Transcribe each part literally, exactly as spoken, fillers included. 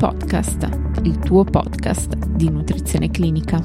Podcast, il tuo podcast di nutrizione clinica.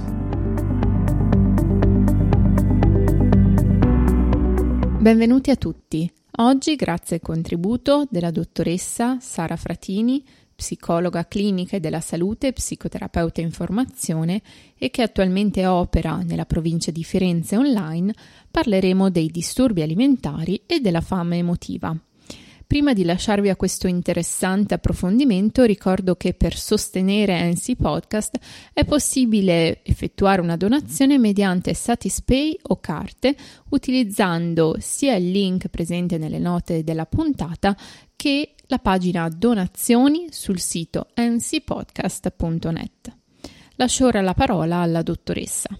Benvenuti a tutti. Oggi, grazie al contributo della dottoressa Sara Fratini, psicologa clinica e della salute e psicoterapeuta in formazione e che attualmente opera nella provincia di Firenze online, parleremo dei disturbi alimentari e della fame emotiva. Prima di lasciarvi a questo interessante approfondimento, ricordo che per sostenere N C Podcast è possibile effettuare una donazione mediante Satispay o carte, utilizzando sia il link presente nelle note della puntata che la pagina donazioni sul sito n c podcast punto net. Lascio ora la parola alla dottoressa.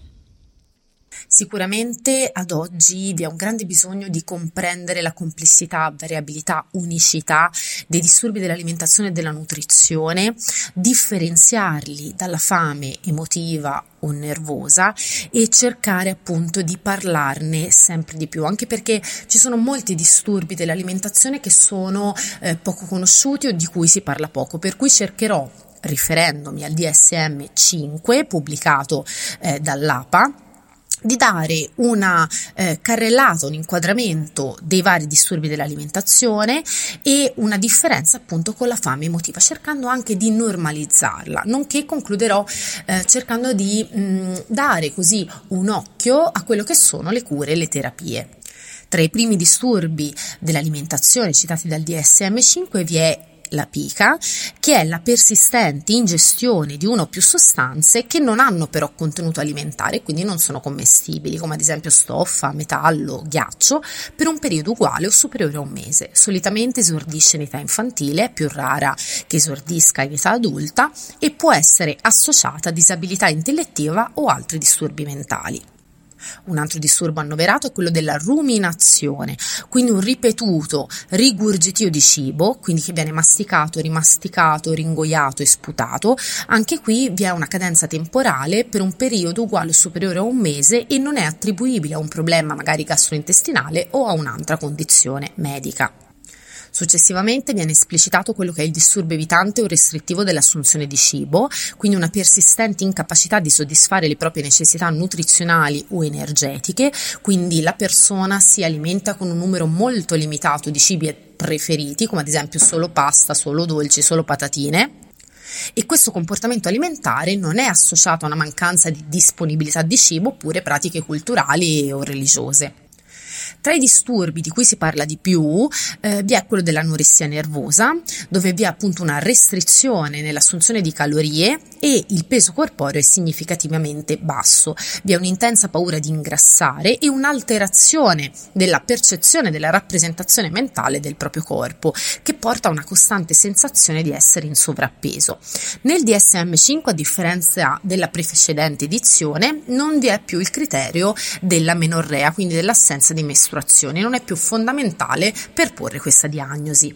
Sicuramente ad oggi vi è un grande bisogno di comprendere la complessità, variabilità, unicità dei disturbi dell'alimentazione e della nutrizione, differenziarli dalla fame emotiva o nervosa e cercare appunto di parlarne sempre di più, anche perché ci sono molti disturbi dell'alimentazione che sono eh, poco conosciuti o di cui si parla poco, per cui cercherò, riferendomi al D S M cinque pubblicato eh, dall'A P A, di dare una eh, carrellata, un inquadramento dei vari disturbi dell'alimentazione e una differenza appunto con la fame emotiva, cercando anche di normalizzarla, nonché concluderò eh, cercando di mh, dare così un occhio a quello che sono le cure e le terapie. Tra i primi disturbi dell'alimentazione citati dal D S M cinque vi è la pica, che è la persistente ingestione di una o più sostanze che non hanno però contenuto alimentare e quindi non sono commestibili, come ad esempio stoffa, metallo, ghiaccio, per un periodo uguale o superiore a un mese. Solitamente esordisce in età infantile, è più rara che esordisca in età adulta e può essere associata a disabilità intellettiva o altri disturbi mentali. Un altro disturbo annoverato è quello della ruminazione, quindi un ripetuto rigurgitio di cibo, quindi che viene masticato, rimasticato, ringoiato e sputato. Anche qui vi è una cadenza temporale per un periodo uguale o superiore a un mese e non è attribuibile a un problema magari gastrointestinale o a un'altra condizione medica. Successivamente viene esplicitato quello che è il disturbo evitante o restrittivo dell'assunzione di cibo, quindi una persistente incapacità di soddisfare le proprie necessità nutrizionali o energetiche, quindi la persona si alimenta con un numero molto limitato di cibi preferiti, come ad esempio solo pasta, solo dolci, solo patatine. E questo comportamento alimentare non è associato a una mancanza di disponibilità di cibo oppure pratiche culturali o religiose. Tra i disturbi di cui si parla di più eh, vi è quello dell'anoressia nervosa, dove vi è appunto una restrizione nell'assunzione di calorie e il peso corporeo è significativamente basso. Vi è un'intensa paura di ingrassare e un'alterazione della percezione della rappresentazione mentale del proprio corpo, che porta a una costante sensazione di essere in sovrappeso. Nel D S M cinque, a differenza della precedente edizione, non vi è più il criterio della menorrea, quindi dell'assenza di mestruazione, non è più fondamentale per porre questa diagnosi.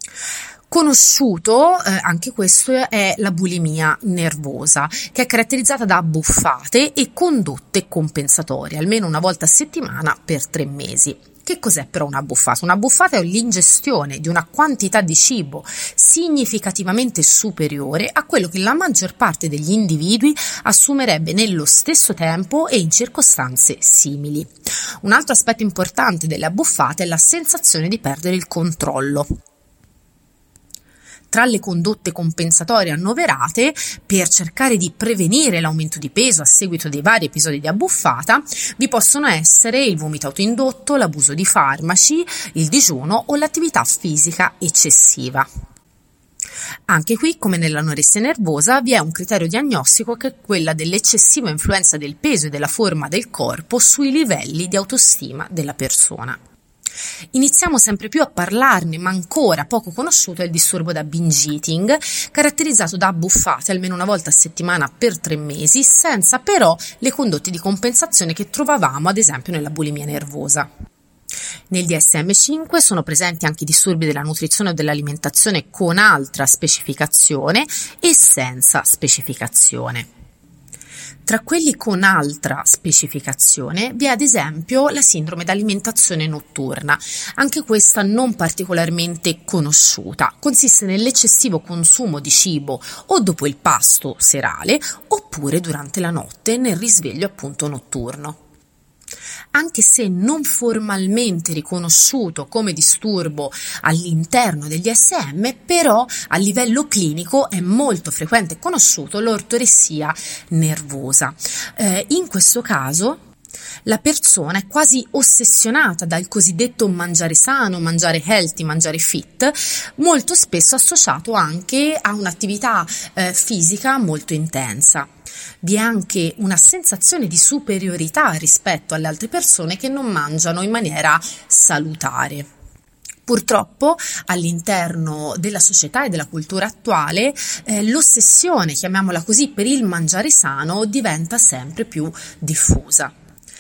Conosciuto, eh, anche questo, è la bulimia nervosa, che è caratterizzata da abbuffate e condotte compensatorie, almeno una volta a settimana per tre mesi. Che cos'è però una buffata? Una buffata è l'ingestione di una quantità di cibo significativamente superiore a quello che la maggior parte degli individui assumerebbe nello stesso tempo e in circostanze simili. Un altro aspetto importante delle abbuffate è la sensazione di perdere il controllo. Tra le condotte compensatorie annoverate per cercare di prevenire l'aumento di peso a seguito dei vari episodi di abbuffata vi possono essere il vomito autoindotto, l'abuso di farmaci, il digiuno o l'attività fisica eccessiva. Anche qui, come nell'anoressia nervosa, vi è un criterio diagnostico che è quella dell'eccessiva influenza del peso e della forma del corpo sui livelli di autostima della persona. Iniziamo sempre più a parlarne, ma ancora poco conosciuto è il disturbo da binge eating, caratterizzato da abbuffate almeno una volta a settimana per tre mesi, senza però le condotte di compensazione che trovavamo ad esempio nella bulimia nervosa. Nel D S M cinque sono presenti anche i disturbi della nutrizione o dell'alimentazione con altra specificazione e senza specificazione. Tra quelli con altra specificazione vi è ad esempio la sindrome d'alimentazione notturna, anche questa non particolarmente conosciuta. Consiste nell'eccessivo consumo di cibo o dopo il pasto serale oppure durante la notte nel risveglio appunto notturno. Anche se non formalmente riconosciuto come disturbo all'interno degli D S M, però a livello clinico è molto frequente e conosciuto l'ortoressia nervosa. Eh, in questo caso la persona è quasi ossessionata dal cosiddetto mangiare sano, mangiare healthy, mangiare fit, molto spesso associato anche a un'attività eh, fisica molto intensa. Vi è anche una sensazione di superiorità rispetto alle altre persone che non mangiano in maniera salutare. Purtroppo all'interno della società e della cultura attuale eh, l'ossessione, chiamiamola così, per il mangiare sano diventa sempre più diffusa,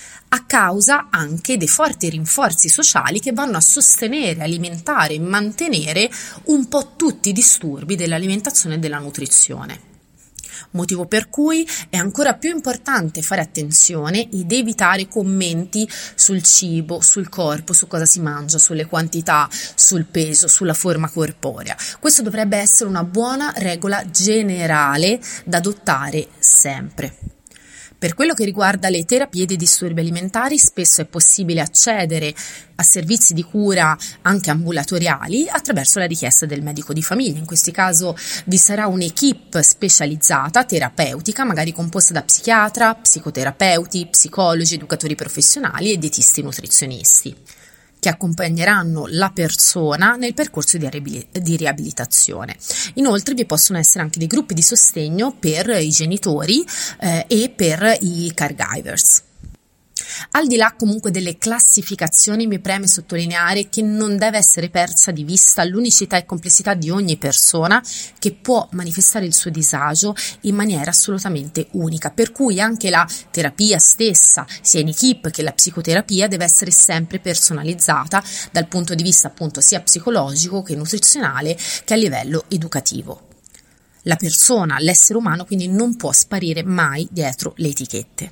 a causa anche dei forti rinforzi sociali che vanno a sostenere, alimentare e mantenere un po' tutti i disturbi dell'alimentazione e della nutrizione. Motivo per cui è ancora più importante fare attenzione ed evitare commenti sul cibo, sul corpo, su cosa si mangia, sulle quantità, sul peso, sulla forma corporea. Questo dovrebbe essere una buona regola generale da adottare sempre. Per quello che riguarda le terapie dei disturbi alimentari, spesso è possibile accedere a servizi di cura anche ambulatoriali attraverso la richiesta del medico di famiglia. In questo caso vi sarà un'equipe specializzata, terapeutica, magari composta da psichiatra, psicoterapeuti, psicologi, educatori professionali e dietisti nutrizionisti, che accompagneranno la persona nel percorso di riabilitazione. Inoltre vi possono essere anche dei gruppi di sostegno per i genitori eh, e per i caregivers. Al di là comunque delle classificazioni, mi preme sottolineare che non deve essere persa di vista l'unicità e complessità di ogni persona che può manifestare il suo disagio in maniera assolutamente unica, per cui anche la terapia stessa, sia in equipe che la psicoterapia, deve essere sempre personalizzata dal punto di vista appunto sia psicologico che nutrizionale che a livello educativo. La persona, l'essere umano, quindi non può sparire mai dietro le etichette.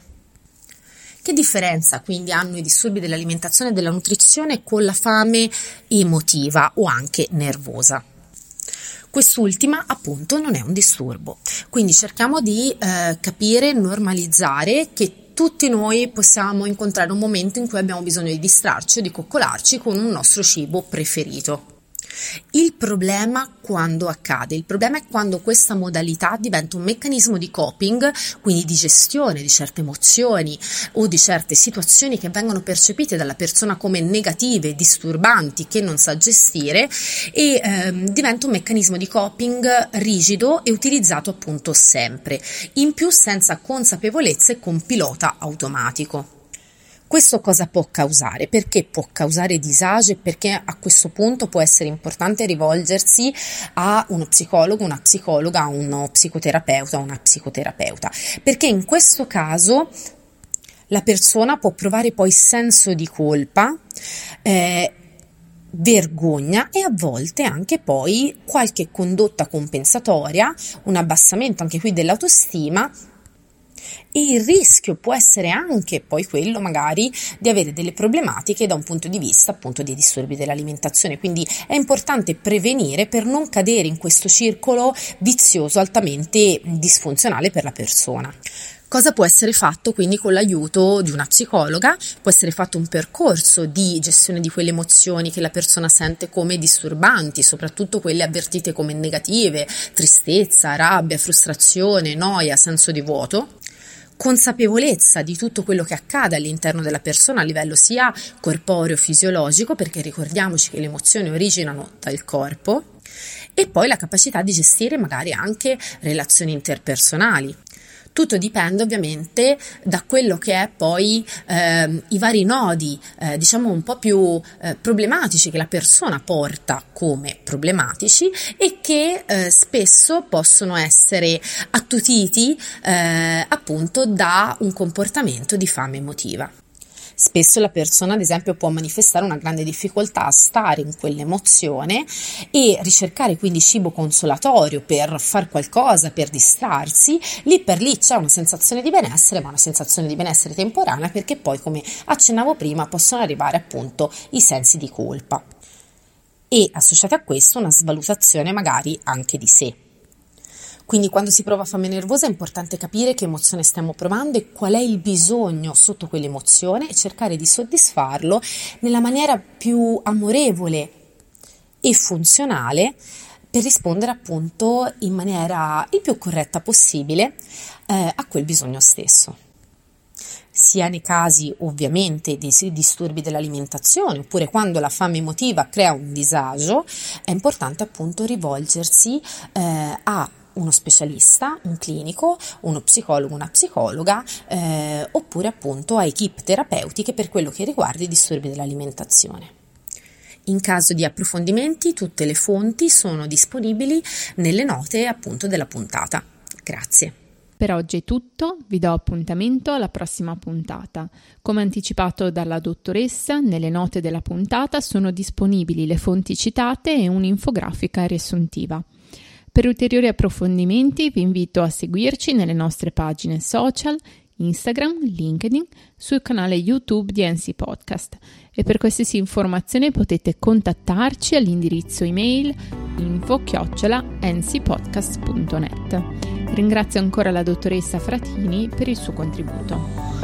Che differenza quindi hanno i disturbi dell'alimentazione e della nutrizione con la fame emotiva o anche nervosa? Quest'ultima appunto non è un disturbo, quindi cerchiamo di eh, capire, normalizzare che tutti noi possiamo incontrare un momento in cui abbiamo bisogno di distrarci o di coccolarci con un nostro cibo preferito. Il problema quando accade? Il problema è quando questa modalità diventa un meccanismo di coping, quindi di gestione di certe emozioni o di certe situazioni che vengono percepite dalla persona come negative, disturbanti, che non sa gestire, e ehm, diventa un meccanismo di coping rigido e utilizzato appunto sempre, in più senza consapevolezza e con pilota automatico. Questo cosa può causare? Perché può causare disagio e perché a questo punto può essere importante rivolgersi a uno psicologo, una psicologa, a uno psicoterapeuta, una psicoterapeuta? Perché in questo caso la persona può provare poi senso di colpa, eh, vergogna e a volte anche poi qualche condotta compensatoria, un abbassamento anche qui dell'autostima. E il rischio può essere anche poi quello magari di avere delle problematiche da un punto di vista appunto dei disturbi dell'alimentazione, quindi è importante prevenire per non cadere in questo circolo vizioso altamente disfunzionale per la persona. Cosa può essere fatto quindi con l'aiuto di una psicologa? Può essere fatto un percorso di gestione di quelle emozioni che la persona sente come disturbanti, soprattutto quelle avvertite come negative, tristezza, rabbia, frustrazione, noia, senso di vuoto. Consapevolezza di tutto quello che accade all'interno della persona a livello sia corporeo, fisiologico, perché ricordiamoci che le emozioni originano dal corpo, e poi la capacità di gestire magari anche relazioni interpersonali. Tutto dipende ovviamente da quello che è poi eh, i vari nodi, eh, diciamo un po' più eh, problematici che la persona porta come problematici e che eh, spesso possono essere attutiti eh, appunto da un comportamento di fame emotiva. Spesso la persona, ad esempio, può manifestare una grande difficoltà a stare in quell'emozione e ricercare quindi cibo consolatorio per far qualcosa, per distrarsi. Lì per lì c'è una sensazione di benessere, ma una sensazione di benessere temporanea, perché poi, come accennavo prima, possono arrivare appunto i sensi di colpa e associati a questo una svalutazione magari anche di sé. Quindi quando si prova fame nervosa è importante capire che emozione stiamo provando e qual è il bisogno sotto quell'emozione e cercare di soddisfarlo nella maniera più amorevole e funzionale per rispondere appunto in maniera il più corretta possibile eh, a quel bisogno stesso. Sia nei casi ovviamente di disturbi dell'alimentazione oppure quando la fame emotiva crea un disagio, è importante appunto rivolgersi eh, a uno specialista, un clinico, uno psicologo, una psicologa, eh, oppure appunto a equip terapeutiche per quello che riguarda i disturbi dell'alimentazione. In caso di approfondimenti, tutte le fonti sono disponibili nelle note appunto della puntata. Grazie. Per oggi è tutto, vi do appuntamento alla prossima puntata. Come anticipato dalla dottoressa, nelle note della puntata sono disponibili le fonti citate e un'infografica riassuntiva. Per ulteriori approfondimenti vi invito a seguirci nelle nostre pagine social, Instagram, LinkedIn, sul canale YouTube di N C Podcast e per qualsiasi informazione potete contattarci all'indirizzo email info chiocciola n c podcast punto net. Ringrazio ancora la dottoressa Fratini per il suo contributo.